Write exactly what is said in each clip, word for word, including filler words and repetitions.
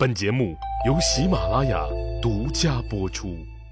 本节目由喜马拉雅独家播出。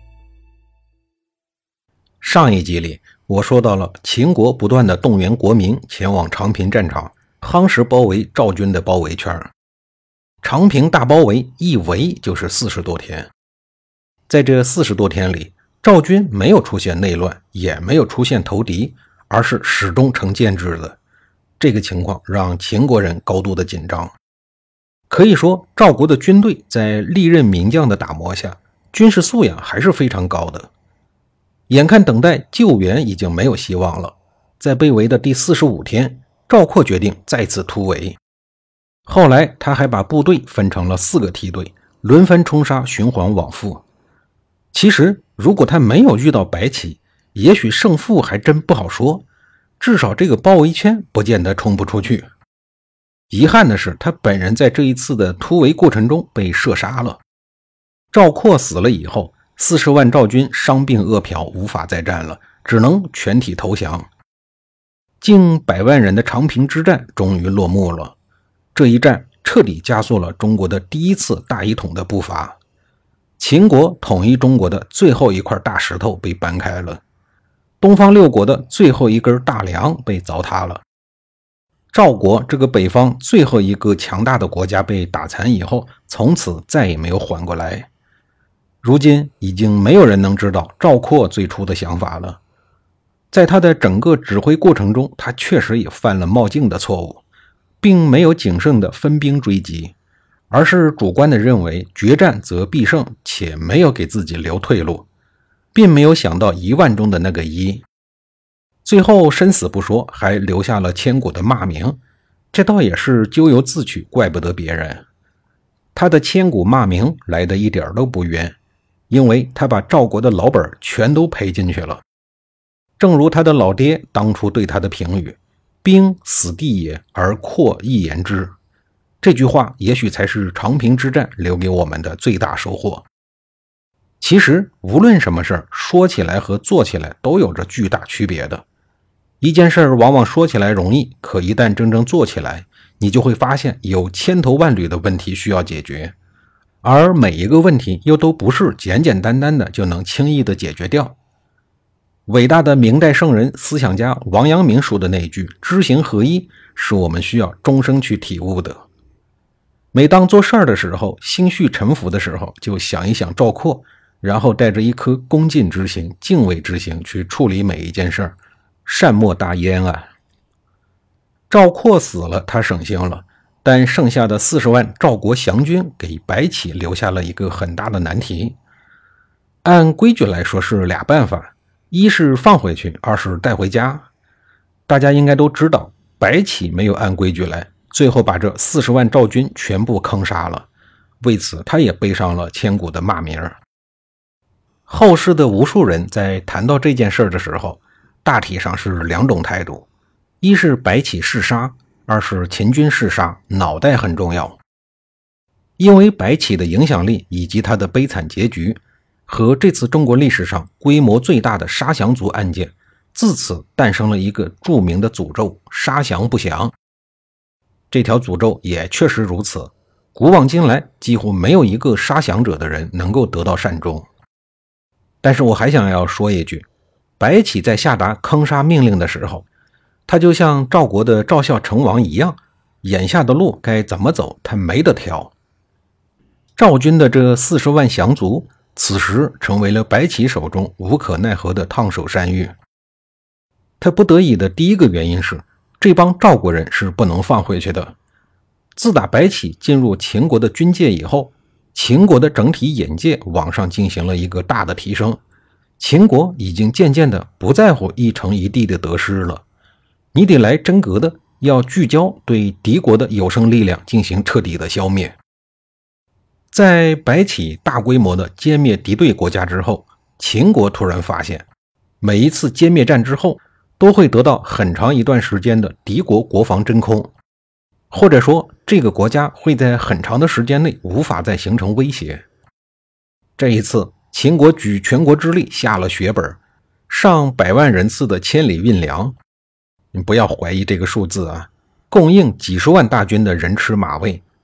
上一集里我说到了秦国不断的动员国民前往长平战场，夯实包围赵军的包围圈。长平大包围一围就是四十多天，在这四十多天里，赵军没有出现内乱，也没有出现投敌，而是始终成建制的。这个情况让秦国人高度的紧张。可以说赵国的军队在历任名将的打磨下，军事素养还是非常高的。眼看等待救援已经没有希望了，在被围的第四十五天，赵括决定再次突围。后来他还把部队分成了四个梯队，轮番冲杀，循环往复。其实如果他没有遇到白起，也许胜负还真不好说，至少这个包围圈不见得冲不出去。遗憾的是，他本人在这一次的突围过程中被射杀了。赵括死了以后，四十万赵军伤病饿殍，无法再战了，只能全体投降。近百万人的长平之战终于落幕了。这一战彻底加速了中国的第一次大一统的步伐。秦国统一中国的最后一块大石头被搬开了，东方六国的最后一根大梁被凿塌了。赵国这个北方最后一个强大的国家被打残以后，从此再也没有缓过来。如今已经没有人能知道赵括最初的想法了。在他的整个指挥过程中，他确实也犯了冒进的错误，并没有谨慎的分兵追击，而是主观的认为决战则必胜，且没有给自己留退路，并没有想到一万中的那个一。最后生死不说，还留下了千古的骂名，这倒也是咎由自取，怪不得别人。他的千古骂名来得一点都不冤，因为他把赵国的老本全都赔进去了。正如他的老爹当初对他的评语，兵死地也，而括亦言之。这句话也许才是长平之战留给我们的最大收获。其实无论什么事儿，说起来和做起来都有着巨大区别的。一件事往往说起来容易，可一旦真正做起来，你就会发现有千头万缕的问题需要解决，而每一个问题又都不是简简单单的就能轻易的解决掉。伟大的明代圣人思想家王阳明说的那句知行合一，是我们需要终生去体悟的。每当做事儿的时候，心绪沉浮的时候，就想一想赵括，然后带着一颗恭敬之心、敬畏之心去处理每一件事儿，善莫大焉啊！赵括死了，他省心了，但剩下的四十万赵国降军给白起留下了一个很大的难题。按规矩来说是俩办法，一是放回去，二是带回家。大家应该都知道，白起没有按规矩来，最后把这四十万赵军全部坑杀了，为此他也背上了千古的骂名。后世的无数人在谈到这件事的时候，大体上是两种态度，一是白起嗜杀，二是秦军嗜杀，脑袋很重要。因为白起的影响力以及他的悲惨结局，和这次中国历史上规模最大的杀降族案件，自此诞生了一个著名的诅咒，杀降不降。这条诅咒也确实如此，古往今来几乎没有一个杀降者的人能够得到善终。但是我还想要说一句，白起在下达坑杀命令的时候，他就像赵国的赵孝成王一样，眼下的路该怎么走他没得挑。赵军的这四十万降卒，此时成为了白起手中无可奈何的烫手山芋。他不得已的第一个原因是，这帮赵国人是不能放回去的。自打白起进入秦国的军界以后，秦国的整体眼界往上进行了一个大的提升，秦国已经渐渐的不在乎一城一地的得失了，你得来真格的，要聚焦对敌国的有生力量进行彻底的消灭。在白起大规模的歼灭敌对国家之后，秦国突然发现，每一次歼灭战之后，都会得到很长一段时间的敌国国防真空，或者说这个国家会在很长的时间内无法再形成威胁。这一次秦国举全国之力下了血本，上百万人次的千里运粮，你不要怀疑这个数字啊，供应几十万大军的人吃马喂，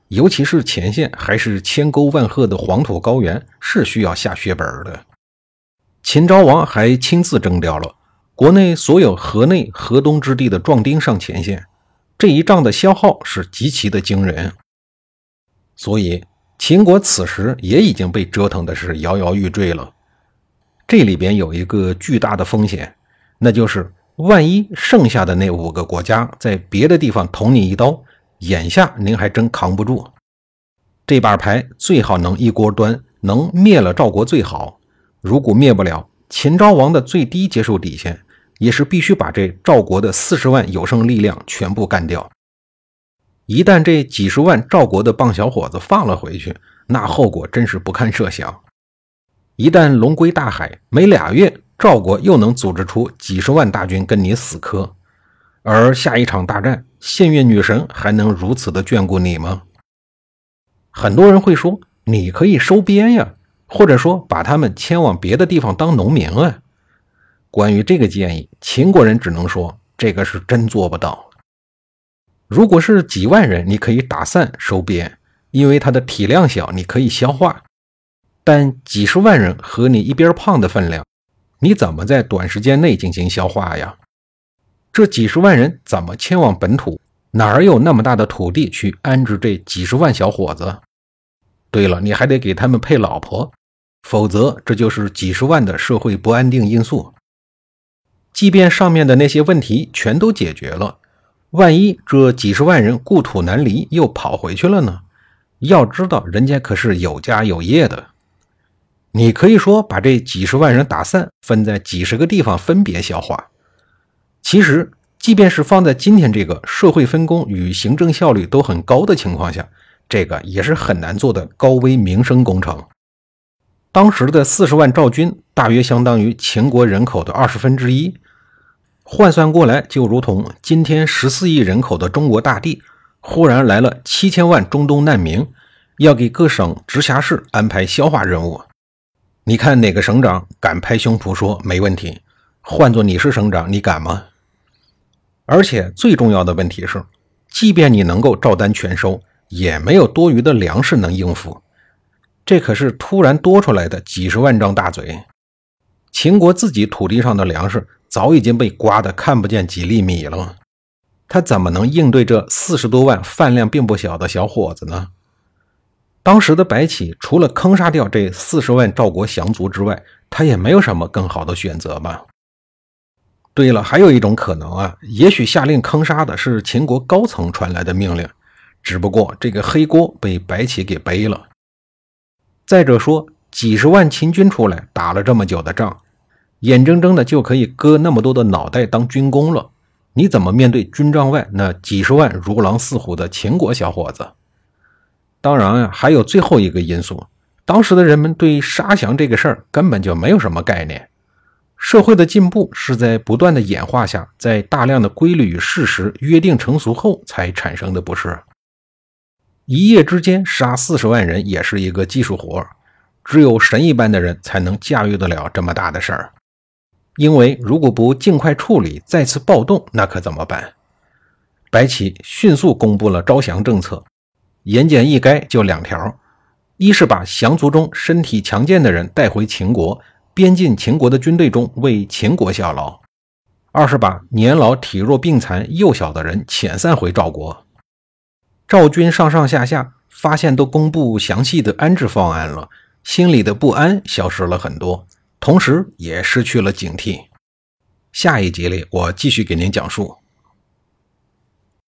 尤其是前线还是千沟万壑的黄土高原，是需要下血本的。秦昭王还亲自征调了国内所有河内河东之地的壮丁上前线，这一仗的消耗是极其的惊人。所以秦国此时也已经被折腾的是摇摇欲坠了。这里边有一个巨大的风险，那就是万一剩下的那五个国家在别的地方捅你一刀，眼下您还真扛不住。这把牌最好能一锅端，能灭了赵国最好。如果灭不了，秦昭王的最低接受底线也是必须把这赵国的四十万有生力量全部干掉。一旦这几十万赵国的棒小伙子放了回去，那后果真是不堪设想。一旦龙归大海，没俩月赵国又能组织出几十万大军跟你死磕，而下一场大战，献月女神还能如此的眷顾你吗？很多人会说，你可以收编呀，或者说把他们迁往别的地方当农民啊。关于这个建议，秦国人只能说，这个是真做不到。如果是几万人，你可以打散收编，因为它的体量小，你可以消化。但几十万人和你一边胖的分量，你怎么在短时间内进行消化呀？这几十万人怎么迁往本土？哪儿有那么大的土地去安置这几十万小伙子？对了，你还得给他们配老婆，否则这就是几十万的社会不安定因素。即便上面的那些问题全都解决了，万一这几十万人故土难离又跑回去了呢？要知道人家可是有家有业的。你可以说把这几十万人打散，分在几十个地方分别消化。其实即便是放在今天这个社会分工与行政效率都很高的情况下，这个也是很难做的高危民生工程。当时的四十万赵军大约相当于秦国人口的二十分之一，换算过来就如同今天十四亿人口的中国大地忽然来了七千万中东难民，要给各省直辖市安排消化任务。你看哪个省长敢拍胸脯说没问题？换作你是省长，你敢吗？而且最重要的问题是，即便你能够照单全收，也没有多余的粮食能应付。这可是突然多出来的几十万张大嘴。秦国自己土地上的粮食早已经被刮得看不见几粒米了，他怎么能应对这四十多万饭量并不小的小伙子呢？当时的白起除了坑杀掉这四十万赵国降卒之外，他也没有什么更好的选择吧。对了，还有一种可能啊，也许下令坑杀的是秦国高层传来的命令，只不过这个黑锅被白起给背了。再者说，几十万秦军出来打了这么久的仗，眼睁睁的就可以割那么多的脑袋当军功了，你怎么面对军帐外那几十万如狼似虎的秦国小伙子？当然啊，还有最后一个因素，当时的人们对杀降这个事儿根本就没有什么概念。社会的进步是在不断的演化下，在大量的规律与事实约定成熟后才产生的，不是？一夜之间杀四十万人也是一个技术活，只有神一般的人才能驾驭得了这么大的事儿。因为如果不尽快处理，再次暴动，那可怎么办？白起迅速公布了招降政策，言简意赅就两条：一是把降卒中身体强健的人带回秦国，编进秦国的军队中为秦国效劳；二是把年老体弱病残幼小的人遣散回赵国。赵军上上下下发现都公布详细的安置方案了，心里的不安消失了很多，同时也失去了警惕。下一集里我继续给您讲述。